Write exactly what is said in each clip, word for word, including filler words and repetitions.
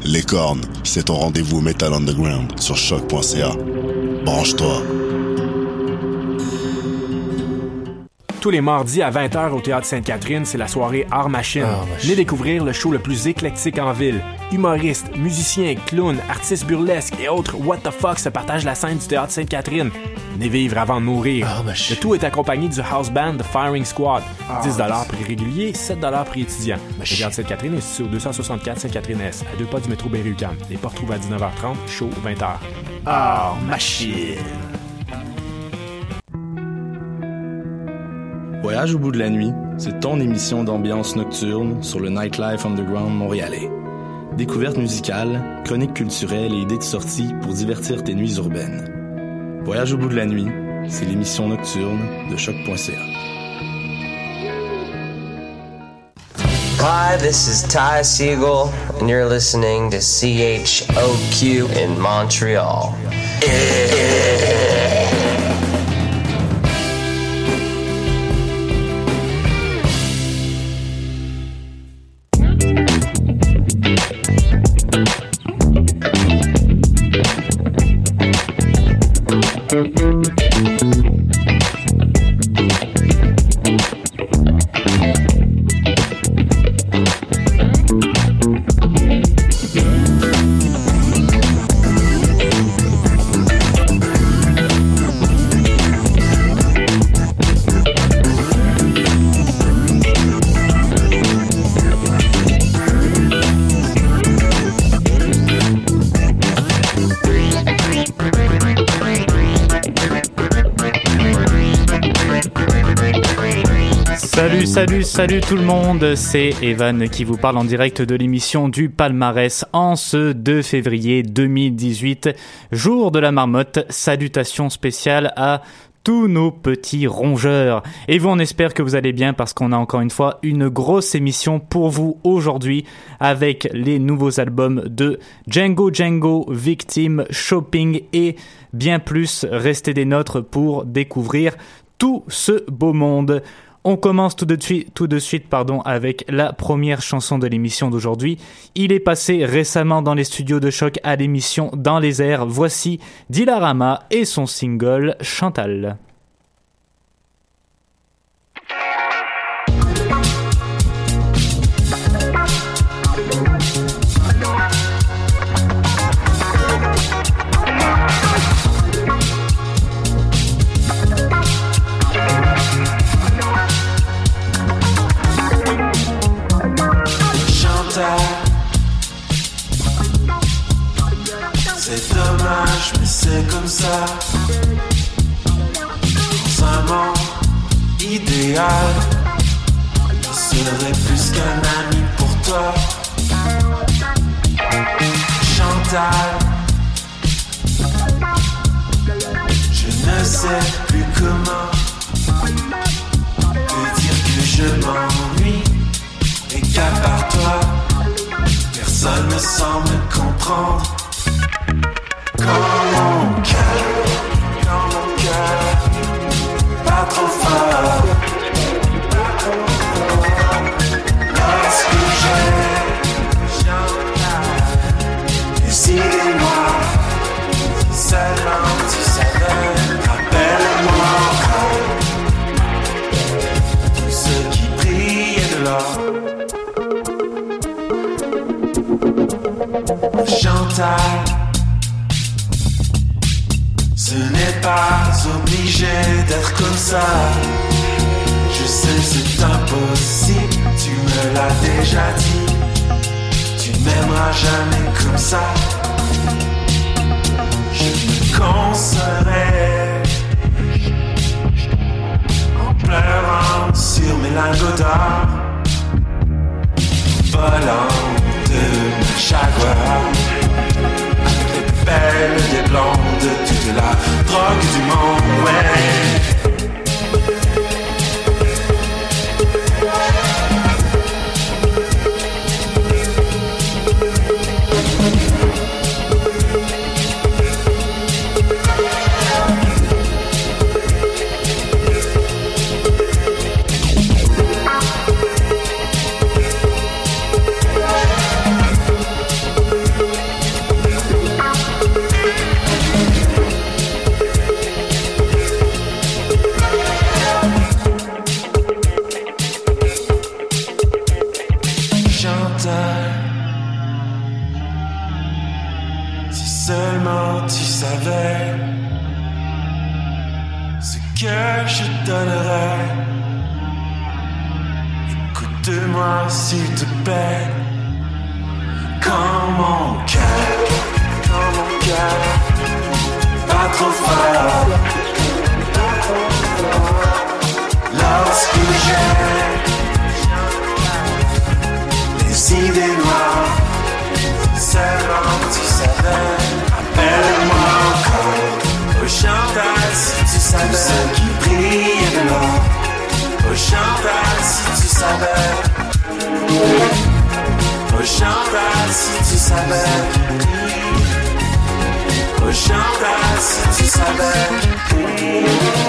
Les Cornes, c'est ton rendez-vous Metal Underground sur choc point c a. Branche-toi. Tous les mardis à vingt heures au Théâtre Sainte-Catherine, c'est la soirée Art Machine. Art Machine. Venez découvrir le show le plus éclectique en ville. Humoristes, musiciens, clowns, artistes burlesques et autres what the fuck se partagent la scène du Théâtre Sainte-Catherine. Venez vivre avant de mourir. Art Machine. Le tout est accompagné du house band The Firing Squad. dix dollars prix régulier, sept dollars prix étudiant. Le Théâtre Sainte-Catherine est situé au deux cent soixante-quatre Sainte-Catherine-Est, à deux pas du métro Berry-UQAM. Les portes trouvent à dix-neuf heures trente, show vingt heures. Art Machine. Voyage au bout de la nuit, c'est ton émission d'ambiance nocturne sur le Nightlife Underground montréalais. Découvertes musicales, chroniques culturelles et idées de sortie pour divertir tes nuits urbaines. Voyage au bout de la nuit, c'est l'émission nocturne de choc point c a. Hi, this is Ty Siegel, and you're listening to C H O Q in Montreal. Salut, salut, salut tout le monde, c'est Evan qui vous parle en direct de l'émission du Palmarès en ce deux février deux mille dix-huit, jour de la marmotte. Salutations spéciales à tous nos petits rongeurs. Et vous, on espère que vous allez bien parce qu'on a encore une fois une grosse émission pour vous aujourd'hui avec les nouveaux albums de Django Django, Victim, Shopping et bien plus. Restez des nôtres pour découvrir tout ce beau monde. On commence tout de suite, tout de suite pardon, avec la première chanson de l'émission d'aujourd'hui. Il est passé récemment dans les studios de Choc à l'émission Dans les airs. Voici Dilarama et son single Chantal. C'est dommage, mais c'est comme ça. Dans un monde idéal, je serais plus qu'un ami pour toi. Chantal, je ne sais plus comment te dire que je m'ennuie et qu'à part toi, personne ne semble comprendre. Quand mon cœur, quand mon cœur, pas trop fort, pas trop fort. Lorsque j'ai Chantal, décidez-moi, si seulement tu savais, rappelle-moi encore tout ce qui brillait de l'or. Chantal, ce n'est pas obligé d'être comme ça. Je sais c'est impossible, tu me l'as déjà dit. Tu m'aimeras jamais comme ça. Je me consolerai en pleurant sur mes lingots d'or, volant de ma chagrin. Belle des blondes de toute la drogue du monde, ouais. donnerai. Écoute-moi s'il te plaît. Quand mon cœur, quand mon cœur, pas trop fort. Lorsque j'ai des idées noires, seulement tu savais. Appelle-moi encore au Chantal si tu savais ce qui brille de l'or. Au Chantal si tu savais. Au Chantal si tu savais. Au Chantal si tu savais.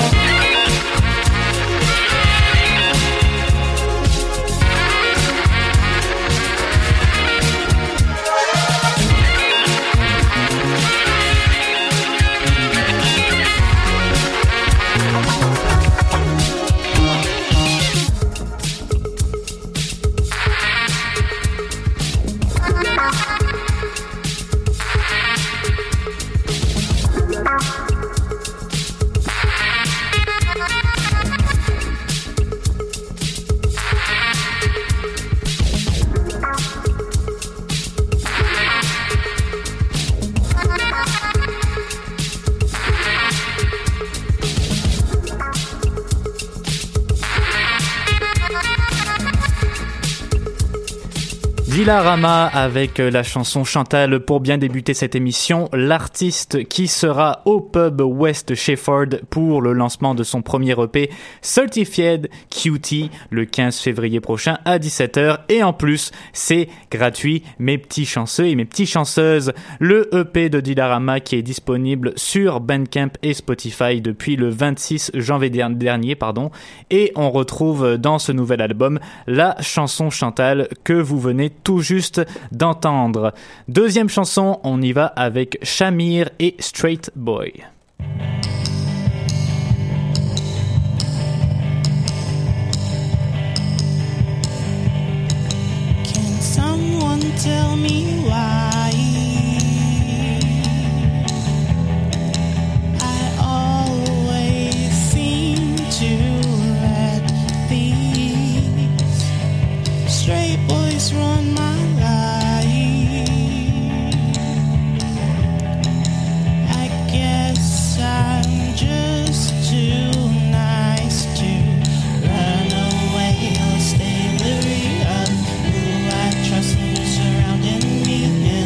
Dilarama avec la chanson Chantal pour bien débuter cette émission. L'artiste qui sera au pub West Shefford pour le lancement de son premier E P Certified Cutie le quinze février prochain à dix-sept heures. Et en plus, c'est gratuit, mes petits chanceux et mes petites chanceuses. Le E P de Dilarama qui est disponible sur Bandcamp et Spotify depuis le vingt-six janvier dernier, pardon. Et on retrouve dans ce nouvel album la chanson Chantal que vous venez tout juste d'entendre. Deuxième chanson, on y va avec Shamir et Straight Boy. Can someone tell me why I always seem to let these straight boys run my trust you surrounding me.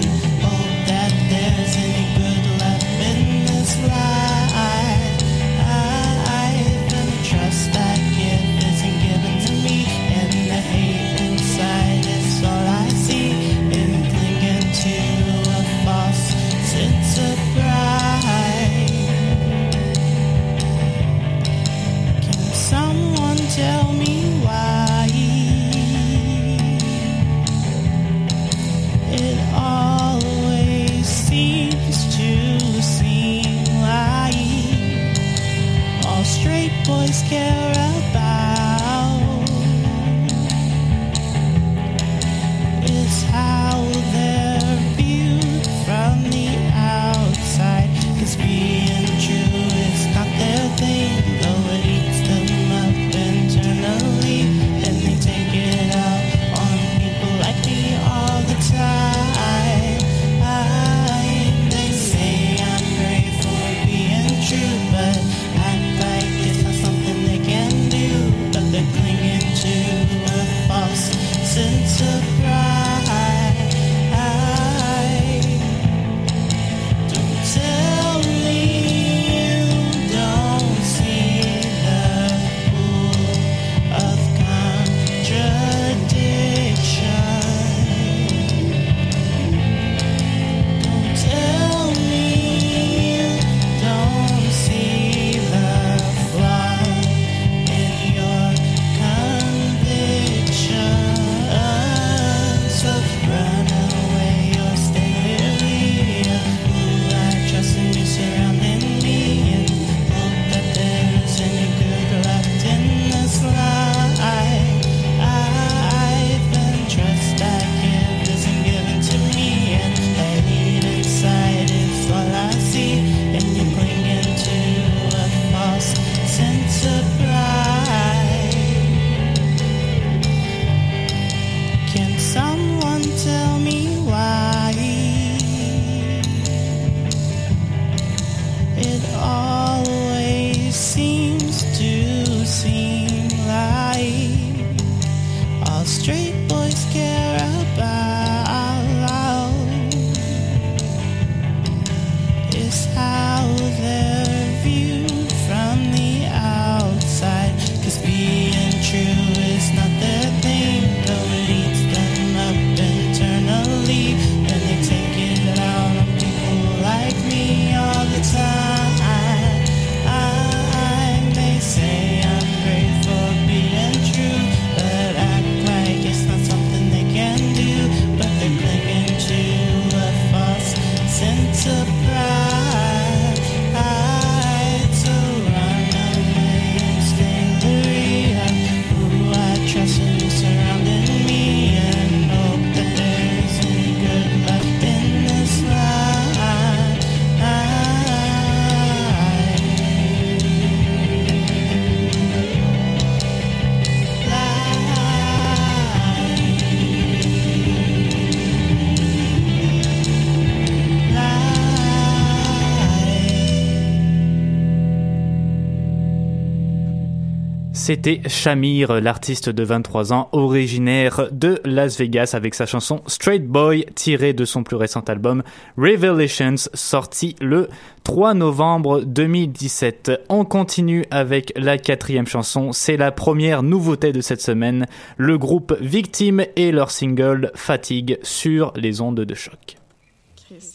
C'était Shamir, l'artiste de vingt-trois ans, originaire de Las Vegas, avec sa chanson Straight Boy, tirée de son plus récent album Revelations, sorti le trois novembre deux mille dix-sept. On continue avec la quatrième chanson, c'est la première nouveauté de cette semaine, le groupe Victime et leur single Fatigue sur les ondes de choc. Chris.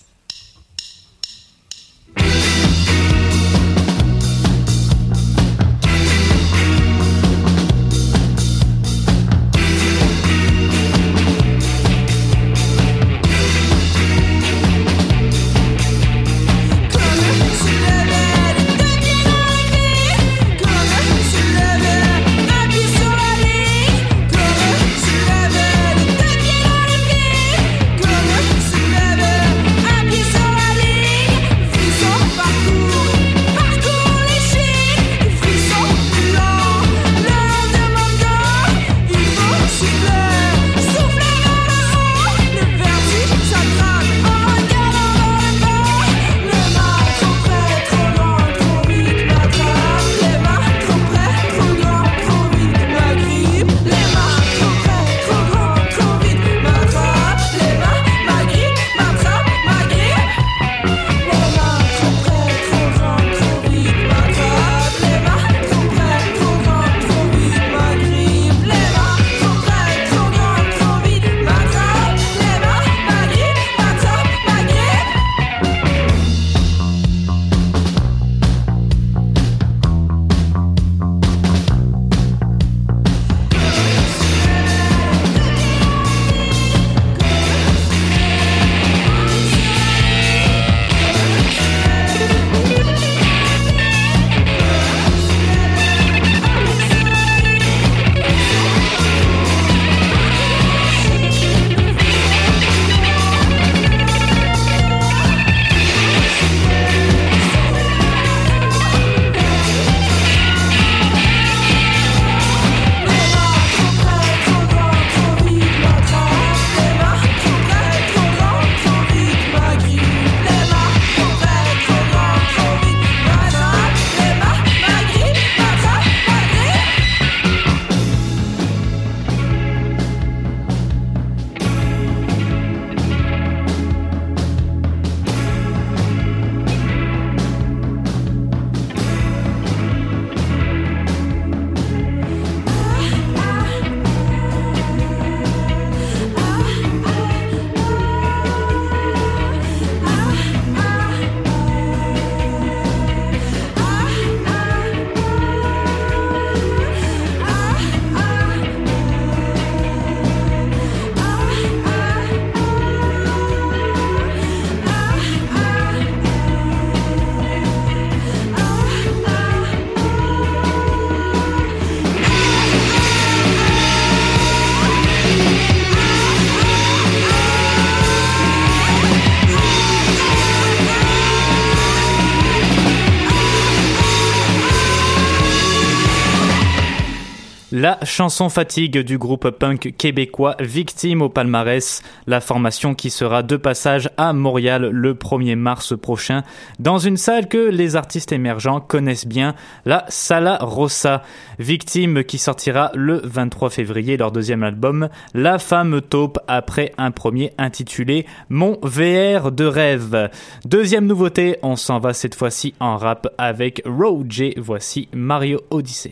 La chanson Fatigue du groupe punk québécois Victime au palmarès, la formation qui sera de passage à Montréal le premier mars prochain dans une salle que les artistes émergents connaissent bien, la Sala Rossa. Victime qui sortira le vingt-trois février leur deuxième album, La Femme Taupe, après un premier intitulé Mon V R de rêve. Deuxième nouveauté, on s'en va cette fois-ci en rap avec Roger, voici Mario Odyssey.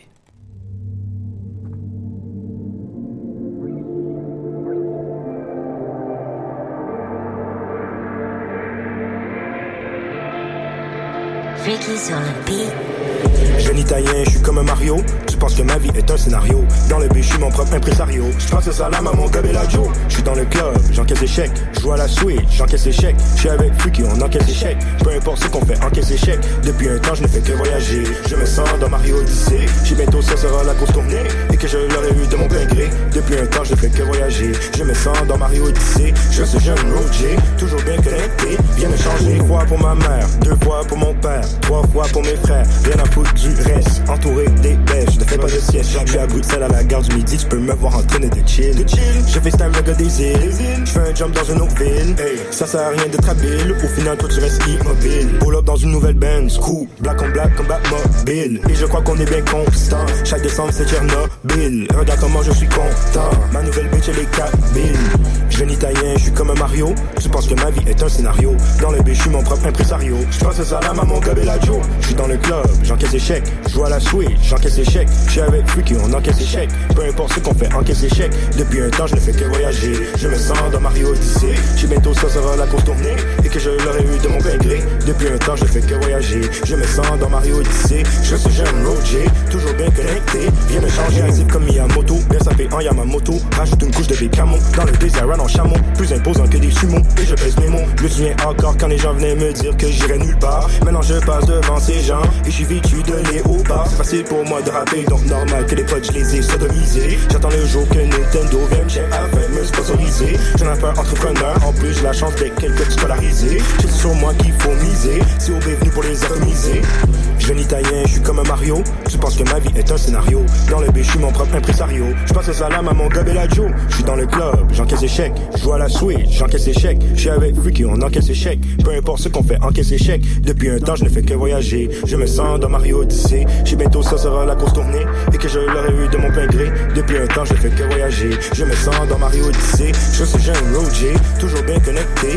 Freaky sur le beat. Jeune italien, je suis comme un Mario. Tu penses que ma vie est un scénario. Dans le B, je suis mon propre impresario. Je passe le salam à mon Cabelaggio. Je suis dans le club, j'encaisse échec. Je joue à la Switch, j'encaisse échec. Je suis avec Freaky, on encaisse échec. Peu importe ce qu'on fait, encaisse échec. Depuis un temps, je ne fais que voyager. Je me sens dans Mario Odyssey. J'ai bientôt, ça sera la grosse tournée. Et que je l'aurais eu de mon plein gré. Depuis Depuis un temps je fais que voyager. Je me sens dans Mario Odyssey. Je suis jeune Roger, toujours bien connecté. Rien ne changer. Une fois pour ma mère, deux fois pour mon père, trois fois pour mes frères. Rien à foutre du reste. Entouré des bêches, ne fais pas de siège. Je suis à Bruxelles à la gare du Midi. Tu peux me voir en train de chill. Je fais un mega des îles. Je fais un jump dans une autre ville. Hey, ça sert à rien d'être habile. Au final toi tu restes immobile. Pull up dans une nouvelle Benz. Cool, black on black comme Batmobile. Et je crois qu'on est bien constant. Chaque décembre c'est Tchernobyl. Regarde comment je suis content. Ma nouvelle bitch elle est Kabyle. Jeune italien, je suis comme un Mario. Tu penses que ma vie est un scénario. Dans le B, je suis mon propre impresario. Je passe le salam à mon Gabelaggio. Je suis dans le club, j'encaisse échec. Je joue à la Switch, j'encaisse échec. Je suis avec Freaky, on encaisse échec. Peu importe ce qu'on fait, encaisse échec. Depuis un temps, je ne fais que voyager. Je me sens dans Mario Odyssey. Je bientôt, ça sera la course tournée. Et que je l'aurais eu de mon plein gré. Depuis un temps, je ne fais que voyager. Je me sens dans Mario Odyssey. Je suis jeune Roger, toujours bien connecté. Rien ne change, actif comme Miyamoto. Bien sapé en Yamamoto. Rajoute une couche de bécamo. Dans le désert, en chameau. Plus imposant que des sumos. Et je pèse mes mots. Je me souviens encore quand les gens venaient me dire que j'irais nulle part. Maintenant je passe devant ces gens. Et je suis vêtu de léopard. C'est facile pour moi de rapper. Donc normal que les potes je les ai sodomisés. J'attends le jour que Nintendo vienne chez afin de me sponsoriser. J'en ai un entrepreneur. En plus j'ai la chance d'être quelqu'un scolarisé. C'est sur moi qu'il faut miser. Si au venu pour les atomiser. Jeune italien, je suis comme un Mario. Tu penses que ma vie est un scénario. Dans le B, je suis mon propre impresario. Je passe le salam à mon Gabelaggio. Je suis dans le club, j'encaisse échec. Je joue à la Switch, j'encaisse échec. Je suis avec Freaky, on encaisse échec. Peu importe ce qu'on fait, encaisse échec. Depuis un temps, je ne fais que voyager. Je me sens dans Mario Odyssey. Chez bientôt, ça sera la course tournée. Et que je l'aurais eu de mon plein gré. Depuis un temps, je ne fais que voyager. Je me sens dans Mario Odyssey. Je suis jeune Roger, toujours bien connecté.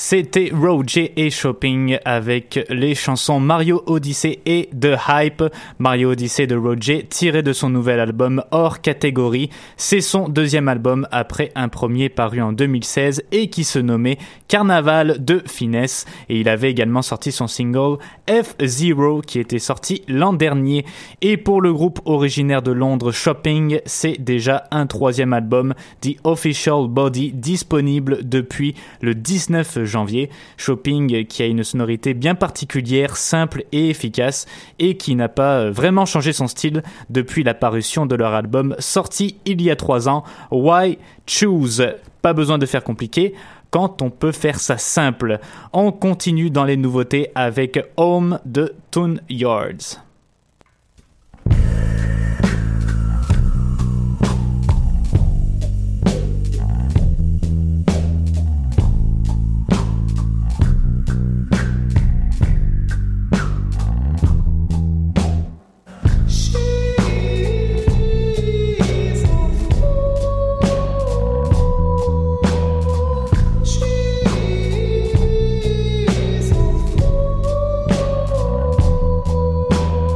C'était Roger et Shopping avec les chansons Mario Odyssey et The Hype. Mario Odyssey de Roger tiré de son nouvel album hors catégorie. C'est son deuxième album après un premier paru en deux mille seize et qui se nommait Carnaval de Finesse. Et il avait également sorti son single F-Zero qui était sorti l'an dernier. Et pour le groupe originaire de Londres Shopping, c'est déjà un troisième album, The Official Body, disponible depuis le dix-neuf janvier. Shopping qui a une sonorité bien particulière, simple et efficace et qui n'a pas vraiment changé son style depuis la parution de leur album sorti il y a trois ans, Why Choose? Pas besoin de faire compliqué quand on peut faire ça simple. On continue dans les nouveautés avec Home de Toon Yards. She's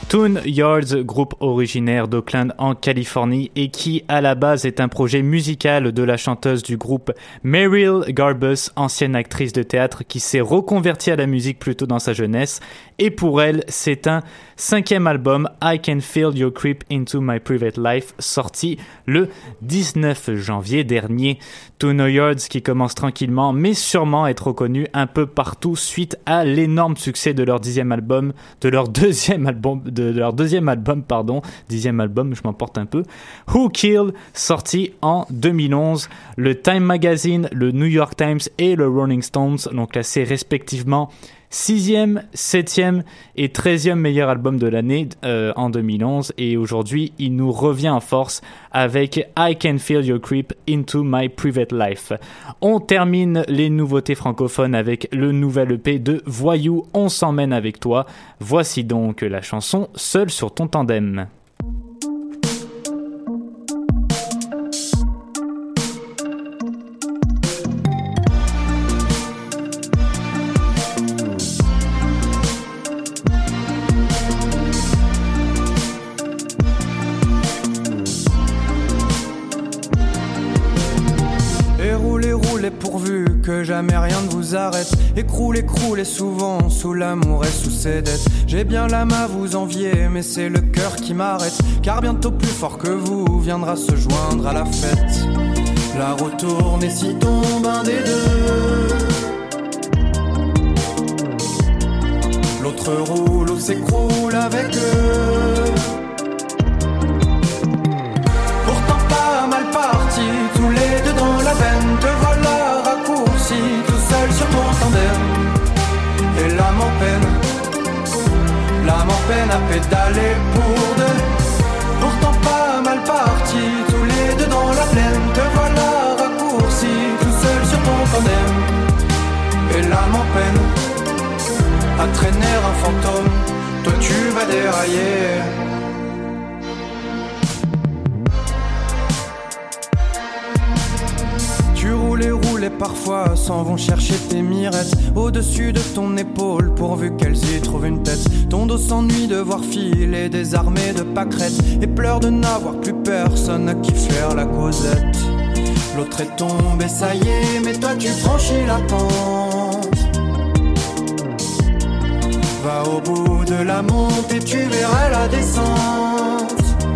Toon Yards, groupe originaire d'Oakland en Californie et qui à la base est un projet musical de la chanteuse du groupe Meryl Garbus, ancienne actrice de théâtre qui s'est reconvertie à la musique plus tôt dans sa jeunesse, et pour elle c'est un cinquième album, I Can Feel Your Creep Into My Private Life, sorti le dix-neuf janvier dernier. Toon Yards qui commence tranquillement mais sûrement à être reconnu un peu partout suite à l'énorme succès de leur dixième album, de leur deuxième album, de leur deuxième album, pardon, dixième album, je m'emporte un peu, Who Killed, sorti en deux mille onze. Le Time Magazine, le New York Times et le Rolling Stones l'ont classé respectivement sixième, septième et treizième meilleur album de l'année euh, en deux mille onze, et aujourd'hui il nous revient en force avec I Can Feel Your Creep Into My Private Life. On termine les nouveautés francophones avec le nouvel E P de Voyou, On s'emmène avec toi. Voici donc la chanson Seul sur ton tandem. Pourvu que jamais rien ne vous arrête. Écroule, écroule et souvent sous l'amour et sous ses dettes. J'ai bien l'âme à vous envier, mais c'est le cœur qui m'arrête. Car bientôt plus fort que vous viendra se joindre à la fête. La roue tourne et s'y tombe un des deux, l'autre roule ou s'écroule avec eux. Pourtant pas mal parti, tous les deux dans la veine. Te voilà raccourci, tout seul sur ton tandem. Et l'âme en peine, l'âme en peine à pédaler pour deux. Pourtant pas mal parti, tous les deux dans la plaine. Te voilà raccourci, tout seul sur ton tandem. Et l'âme en peine à traîner un fantôme. Toi tu vas dérailler. Tu roules et roules et parfois s'en vont chercher tes mirettes au-dessus de ton épaule pourvu qu'elles y trouvent une tête. Ton dos s'ennuie de voir filer des armées de pâquerettes et pleure de n'avoir plus personne à qui faire la causette. L'autre est tombé, ça y est, mais toi tu franchis la pente. Va au bout de la montée, tu verras la descente.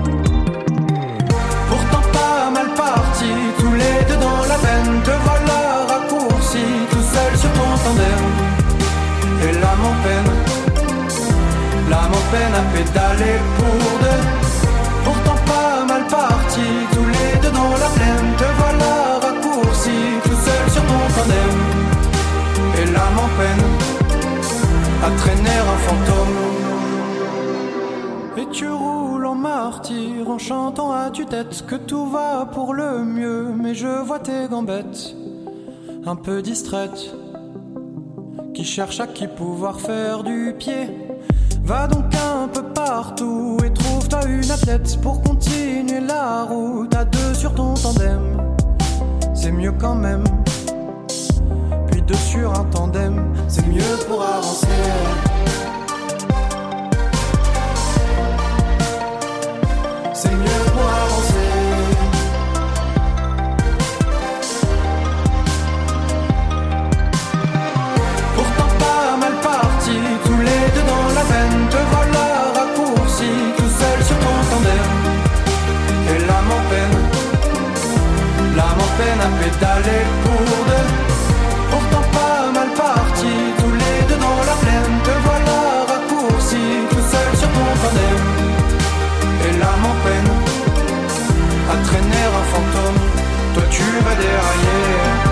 Pourtant pas mal parti, tous les deux dans la veine. Te voilà raccourci, tout seul sur ton tandem. Et l'âme en peine, l'âme en peine à pédaler pour deux. Pourtant pas mal parti, tous les deux dans la plaine. Te voilà raccourci, tout seul sur ton tandem. Et l'âme en peine à traîner un fantôme. Et tu roules en martyr en chantant à tue-tête que tout va pour le mieux. Mais je vois tes gambettes un peu distraites qui cherchent à qui pouvoir faire du pied. Va donc un peu partout et trouve-toi une athlète pour continuer la route à deux sur ton tandem. C'est mieux quand même. Puis deux sur un tandem, c'est mieux pour avancer. C'est mieux pour avancer. Pourtant pas mal parti, tous les deux dans la veine. Te voilà raccourci, tout seul sur ton tandem. Et l'âme en peine, l'âme en peine à pédaler pour deux. Pourtant pas mal parti, tous les deux dans la plaine. Te voilà raccourci, tout seul sur ton tandem. Et l'âme en peine à traîner un fantôme. Toi tu vas dérailler.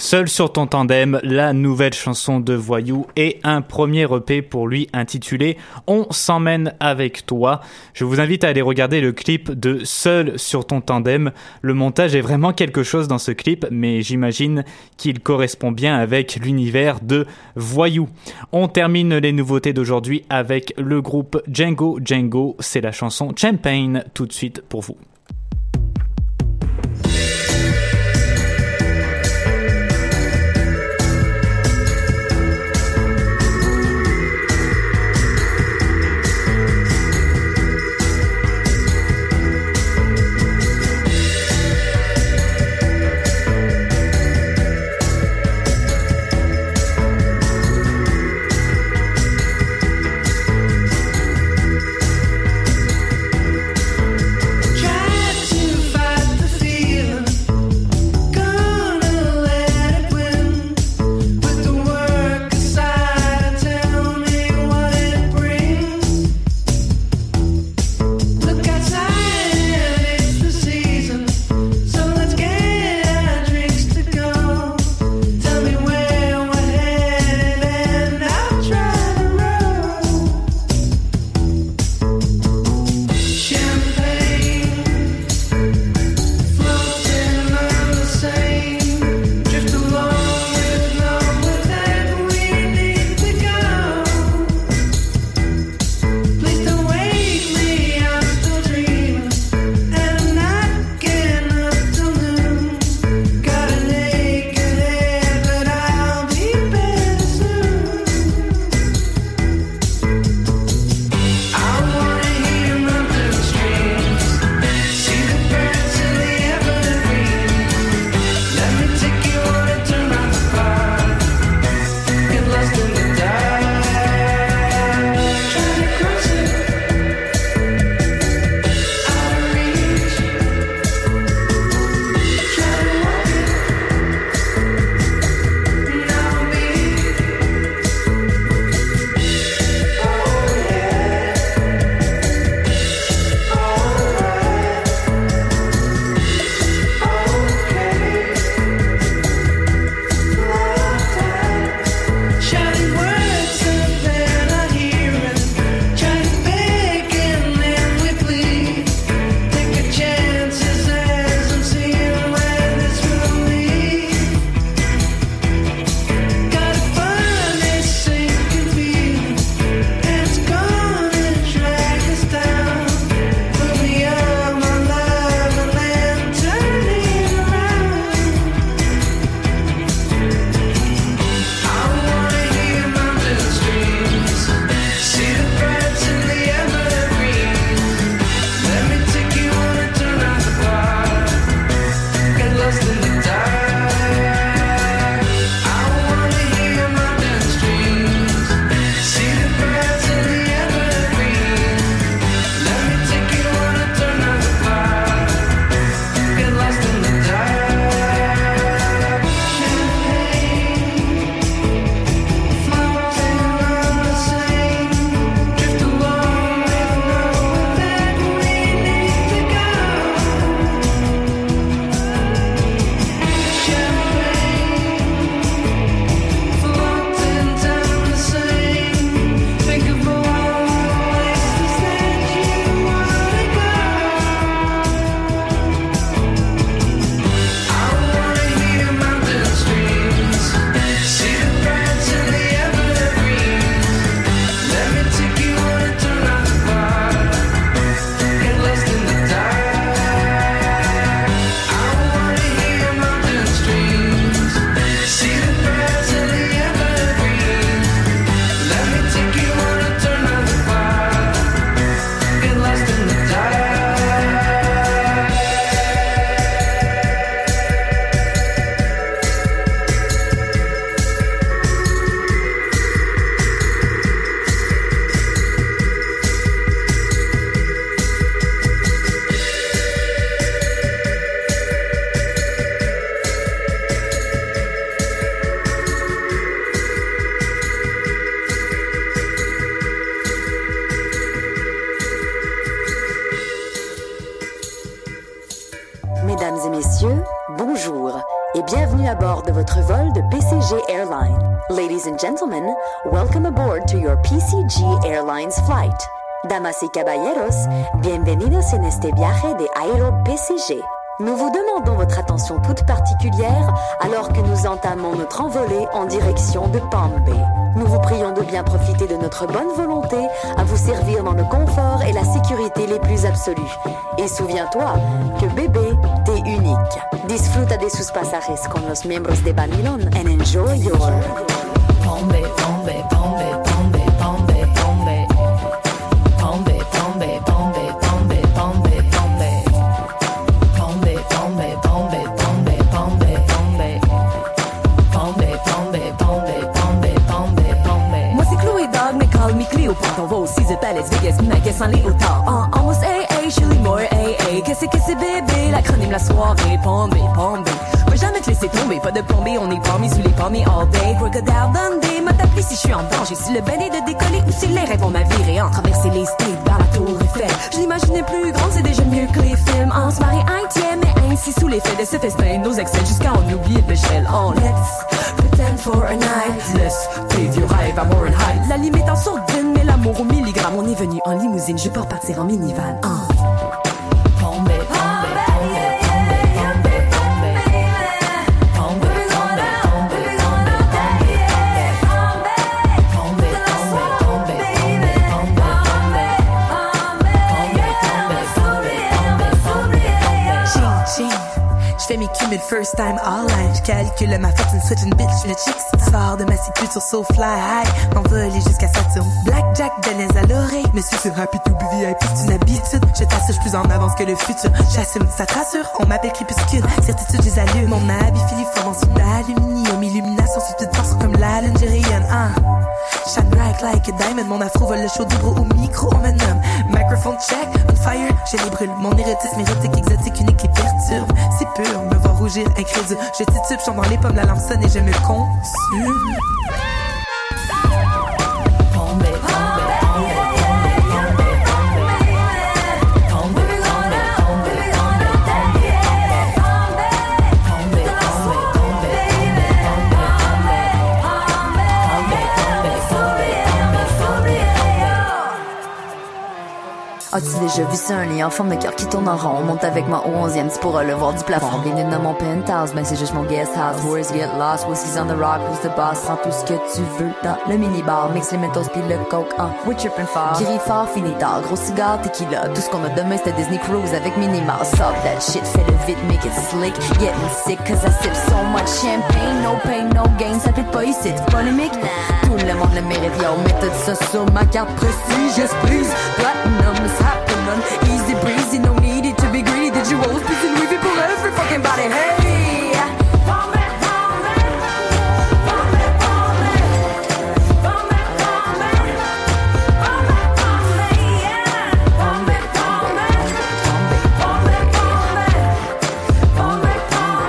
Seul sur ton tandem, la nouvelle chanson de Voyou et un premier E P pour lui intitulé On s'emmène avec toi. Je vous invite à aller regarder le clip de Seul sur ton tandem. Le montage est vraiment quelque chose dans ce clip, mais j'imagine qu'il correspond bien avec l'univers de Voyou. On termine les nouveautés d'aujourd'hui avec le groupe Django Django. C'est la chanson Champagne tout de suite pour vous. Mesdames et messieurs, bonjour et bienvenue à bord de votre vol de P C G Airlines. Ladies and gentlemen, welcome aboard to your P C G Airlines flight. Damas y caballeros, bienvenidos en este viaje de Aero P C G. Nous vous demandons votre attention toute particulière alors que nous entamons notre envolée en direction de Palm Bay. Nous vous prions de bien profiter de notre bonne volonté à vous servir dans le confort et la sécurité les plus absolus. Et souviens-toi que bébé, t'es unique. Disfruta de sus pasajes con los miembros de Banilon and enjoy your Palm Bay, Palm Bay, Palm Bay, Palm Bay, Palm Bay, Palm Bay, Palm Bay, Palm Bay, Palm Bay, Palm Bay, Palm Bay, Palm Bay. Bombay, Bombay, Bombay, Bombay, Bombay, Bombay, Bombay, Bombay, Bombay, Bombay, Bombay. Moi c'est Chloé Dog, mais call me Cléopâtre. On va aussi à Las Vegas, mais qu'est-ce en léotard. En almost A A, Shirley Moore A A. Qu'est-ce que c'est bébé, l'acronyme la soirée. Bombay, Bombay. Va jamais te laisser tomber, pas de plombée, on est parmi sous les palmiers all day. Crocodile Dundee, m'a t'appelé si je suis en danger. Si le ben est de décoller ou si les rêves vont m'avirer. En traverser les states vers la tour Eiffel. Je l'imaginais plus grande, c'est déjà mieux que les films. En se marie intime, mais ainsi sous l'effet de ce festin, nos excès jusqu'à en oublier de l'échelle. Oh, let's pretend for a night. Let's live your rêve à Warren Heights. La limite en sourdine, mais l'amour au milligramme. On est venu en limousine, je peux repartir en minivan. Oh. Bombay, Bombay, Bombay, Bombay, Bombay, Bombay, Bombay, J'fais mes cumuls first time all line. J'calcule ma fortune, switch une bitch, le chicks. Sors de ma sécu sur So Fly High. M'envoler jusqu'à Saturne. Blackjack, Denez à l'oreille. Monsieur sur Happy to be V I P, c'est une habitude. Je t'assure, j'suis plus en avance que le futur. J'assume, ça te rassure, on m'appelle Crépuscule. Certitude, j'ai allure. Mon habit filiforme en dessous d'aluminium. Illumination sur toute force comme la lune, j'ai rayonne. Ah. Shine bright like a diamond. Mon afro vole le show du bro au micro, on me nomme. Microphone check, on fire, je les brûle. Mon érotisme érotique, exotique, unique et perturbe. C'est pur, me voir rougir, incrédule. Je titube, j'tombe dans les pommes, la lampe sonne et je me consume. Bombay, Bombay, As-tu déjà vu ça, un lit en forme de cœur qui tourne en rond? On monte avec moi au onzième, tu pourras le voir du plafond. Bienvenue dans mon penthouse, ben c'est juste mon guest house. Boys get lost, whiskey's on the rock, who's the boss? Prends tout ce que tu veux dans le minibar. Mix les mentos pis le coke, hein, we trippin' fort. Gris fort, fini tard, gros cigare, tequila. Tout ce qu'on a demain c'était Disney Cruise avec Minnie Mouse. Stop that shit, fais le vite, make it slick. Getting sick cause I sip so much champagne. No pain, no gain, ça fait pas ici, c'est polémique. Tout le monde le mérite, yo, méthode ça sur ma carte prestige, please. Platinum is happening, easy breezy, no need to be greedy. Did you always piece in Louis V for every fucking body? Hey, Bombay, Bombay, Bombay, Bombay, Bombay, Bombay, Bombay, Bombay, yeah. Bombay, Bombay, Bombay, Bombay, Bombay,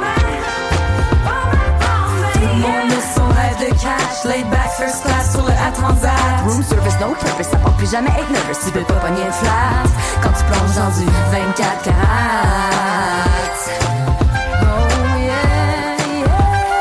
Bombay, Tout le monde a son rêve de cash, laid back first class sur le A Transat. Room service, no purpose, ça porte plus jamais être nervous. Tu peux pas pogner une flat quand tu plonges dans du vingt-quatre carats. Oh yeah, yeah.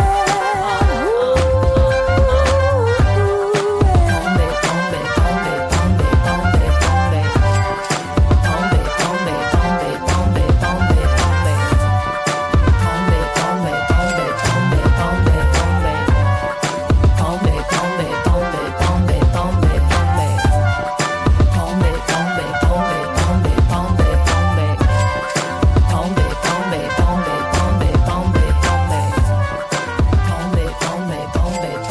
Bombay, Bombay, Bombay, Bombay, Bombay, Bombay. Bombay, Bombay, Bombay, Bombay, Bombay, Bombay. Bombay, Bombay, Bombay, Bombay, Bombay, Bombay. Bombay, Bombay, Bombay, Bombay, Bombay, Bombay. Bombay, Bombay, Bombay, Bombay, Bombay, Bombay. Bombay, Bombay, Bombay, Bombay, Bombay, Bombay. Bombay, Bombay, Bombay, Bombay, Bombay, Bombay. Bombay, Bombay, Bombay,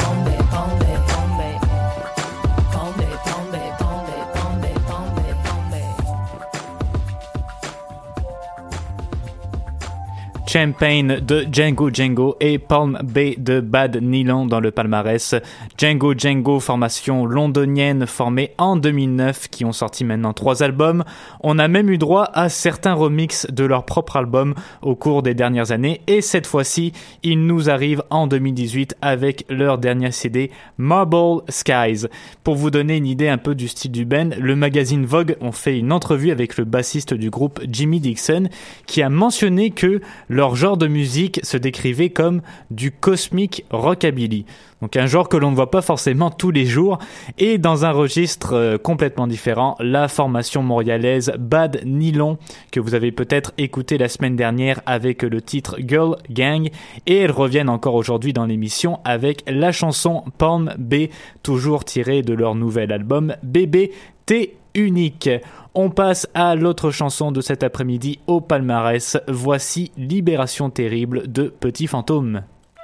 Bombay, Bombay. Champagne de Django Django et Palm Bay de Bad Nylon dans le palmarès. Django Django, formation londonienne formée en deux mille neuf, qui ont sorti maintenant trois albums. On a même eu droit à certains remixes de leur propre album au cours des dernières années, et cette fois-ci, ils nous arrivent en deux mille dix-huit avec leur dernier C D Marble Skies. Pour vous donner une idée un peu du style du band, le magazine Vogue ont fait une entrevue avec le bassiste du groupe Jimmy Dixon, qui a mentionné que leur genre de musique se décrivait comme du cosmic rockabilly. Donc un genre que l'on ne voit pas forcément tous les jours. Et dans un registre euh, complètement différent, la formation montréalaise Bad Nylon, que vous avez peut-être écouté la semaine dernière avec le titre Girl Gang. Et elles reviennent encore aujourd'hui dans l'émission avec la chanson Palm B, toujours tirée de leur nouvel album B B T Unique. On passe à l'autre chanson de cet après-midi au palmarès. Voici Libération Terrible de Petit Fantôme.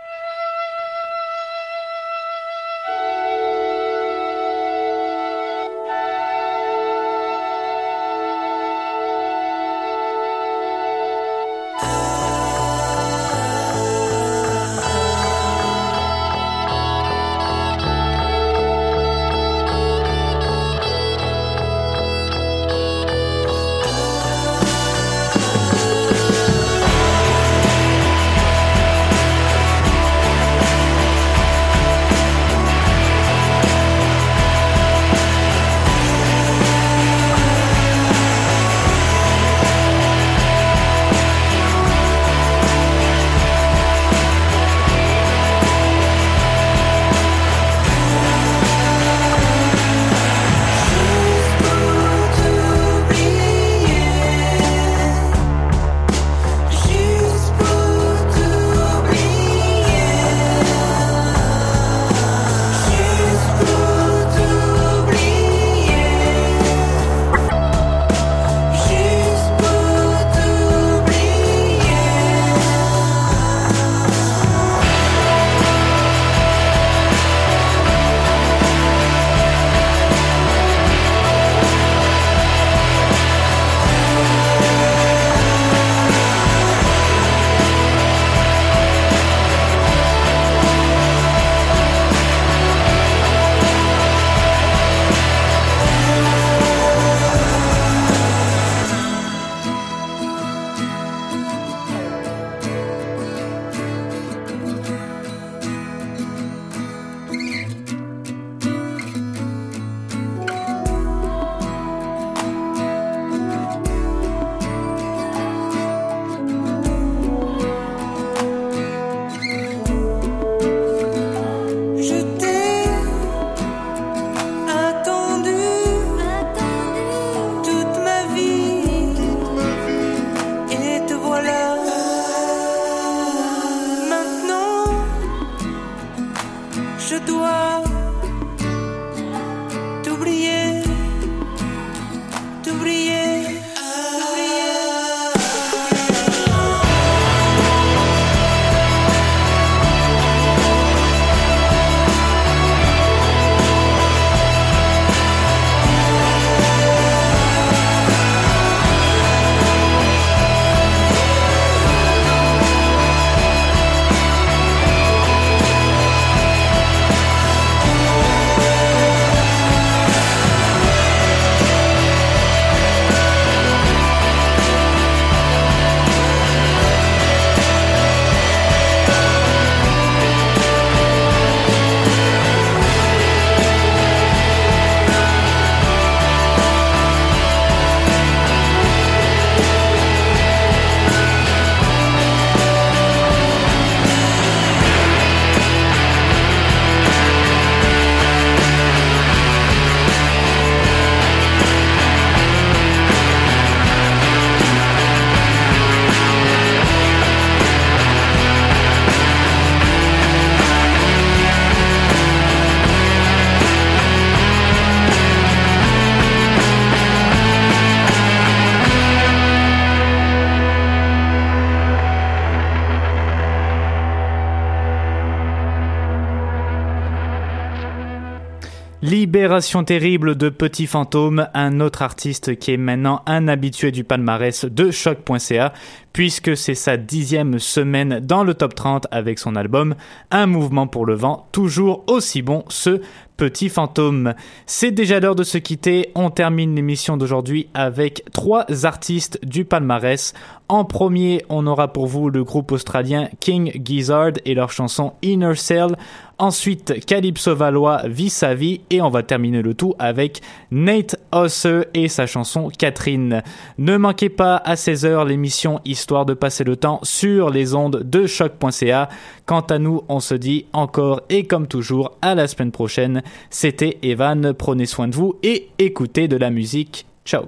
Libération Terrible de Petit Fantôme, un autre artiste qui est maintenant un habitué du palmarès de choc point c a, puisque c'est sa dixième semaine dans le top trente avec son album Un mouvement pour le vent, toujours aussi bon ce Petit Fantôme. C'est déjà l'heure de se quitter, on termine l'émission d'aujourd'hui avec trois artistes du palmarès. En premier, on aura pour vous le groupe australien King Gizzard et leur chanson Inner Cell. Ensuite, Calypso Valois, Vis-à-vis, et on va terminer le tout avec Nate Husser et sa chanson Catherine. Ne manquez pas à seize heures l'émission Histoire de passer le temps sur les ondes de choc point c a. Quant à nous, on se dit encore et comme toujours à la semaine prochaine. C'était Evan, prenez soin de vous et écoutez de la musique. Ciao.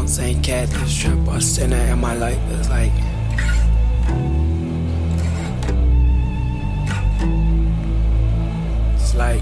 on Saint Catherine's strip or center in my life. It's like it's like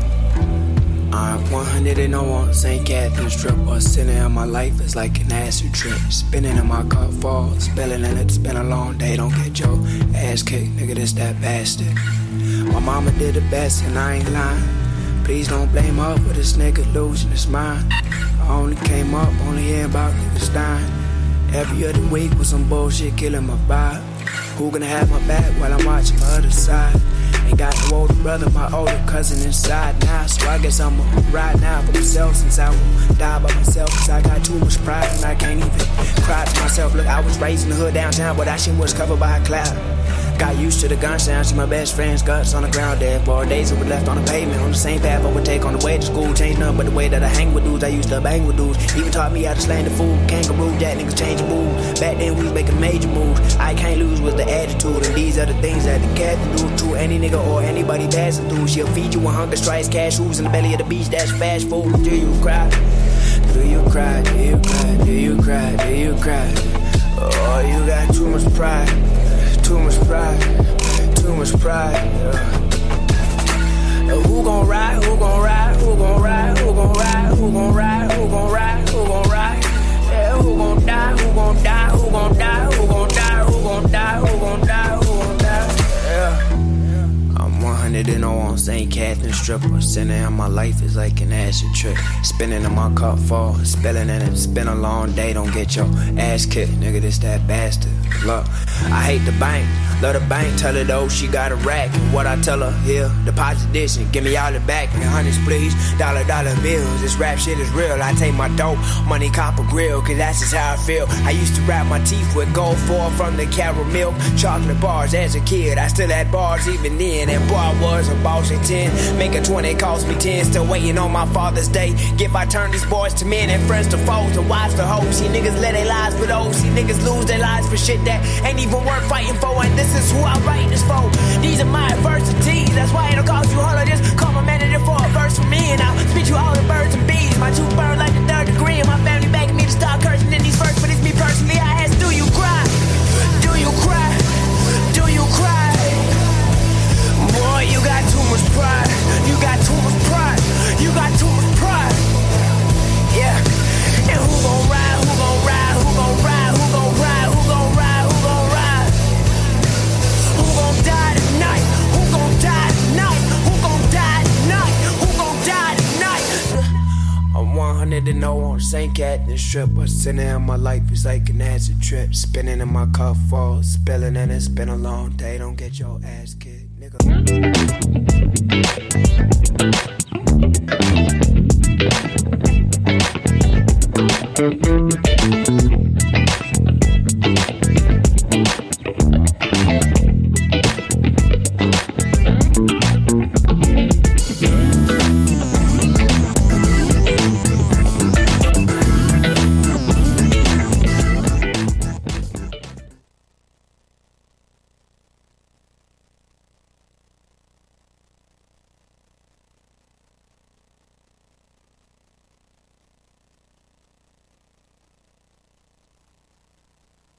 I'm one hundred and oh on Saint Catherine's strip or center in my life. It's like an acid trip. Spinning in my car fall, spilling in it. It's been a long day. Don't get your ass kicked, nigga. This that bastard. My mama did the best and I ain't lying. Please don't blame her for this nigga losing his mind. I only came up, only hearing about niggas dying. Every other week with some bullshit killing my vibe. Who gonna have my back while I'm watching my other side? Ain't got no older brother, my older cousin inside now. So I guess I'ma ride now for myself since I won't die by myself. Cause I got too much pride and I can't even cry to myself. Look, I was raised in the hood downtown, but that shit was covered by a cloud. Got used to the gun sound, see my best friend's guts on the ground dead. For days that were left on the pavement, on the same path I would take on the way to school. Changed nothing but the way that I hang with dudes, I used to bang with dudes. Even taught me how to slang the food, kangaroo, that niggas change the mood. Back then we was making major moves, I can't lose with the attitude. And these are the things that the cat can do to any nigga or anybody passing through. She'll feed you with hunger strikes, cashews in the belly of the beast, that's fast food. Do you cry? Do you cry? Do you cry? Do you cry? Do you cry? Oh, you got too much pride, too much pride. Too much pride, yeah. uh, Who gon' ride, who gon' ride, who gon' ride, who gon' ride, who gon' ride, who gon' ride, who gon' ride, yeah, who gon' die, who gon' die, who gon' die, who gon' die, who gon' die, who gon' die, who gon' die, yeah. I'm one hundred and oh on Saint Catherine's stripper. Center in my life is like an acid trip. Spinning in my cup fall, spilling in it. It's been a long day, don't get your ass kicked, nigga, this that bastard. Look, I hate the bank. Love the bank, tell her though she got a rack. And what I tell her, here, deposit this and give me all it back. And hundreds please, dollar dollar bills. This rap shit is real. I take my dope, money copper grill, cause that's just how I feel. I used to wrap my teeth with gold foil from the caramel milk, chocolate bars as a kid. I still had bars even then, and boy I was a boss at ten. Making twenty cost me ten, still waiting on my Father's Day. Give I turn these boys to men and friends to foes, to wives to hoes. See niggas let their lives for those, see niggas lose their lives for shit that ain't even worth fighting for. And this This is who I write this for. These are my adversities. That's why it'll cost you all of this. Call my manager for a verse from me, and I'll spit you all the birds and bees. My tooth burn like the third degree, and my family begging me to start cursing in these verses. But it's me personally. I ask, do you cry? Do you cry? Do you cry? Boy, you got too much pride. You got too much pride. You got too much pride. Yeah. And who gon' ride? Who gon' ride? Who gon' ride? Who gon' ride? Who gon' ride? Who gon' ride? Who gon' die tonight? Who gon' die tonight? Who gon' die tonight? Who gon' die tonight? I'm one hundred and oh on Saint Catherine's strip. But sitting in my life is like an acid trip. Spinning in my car fall, spilling and it's been a long day. Don't get your ass kicked, nigga.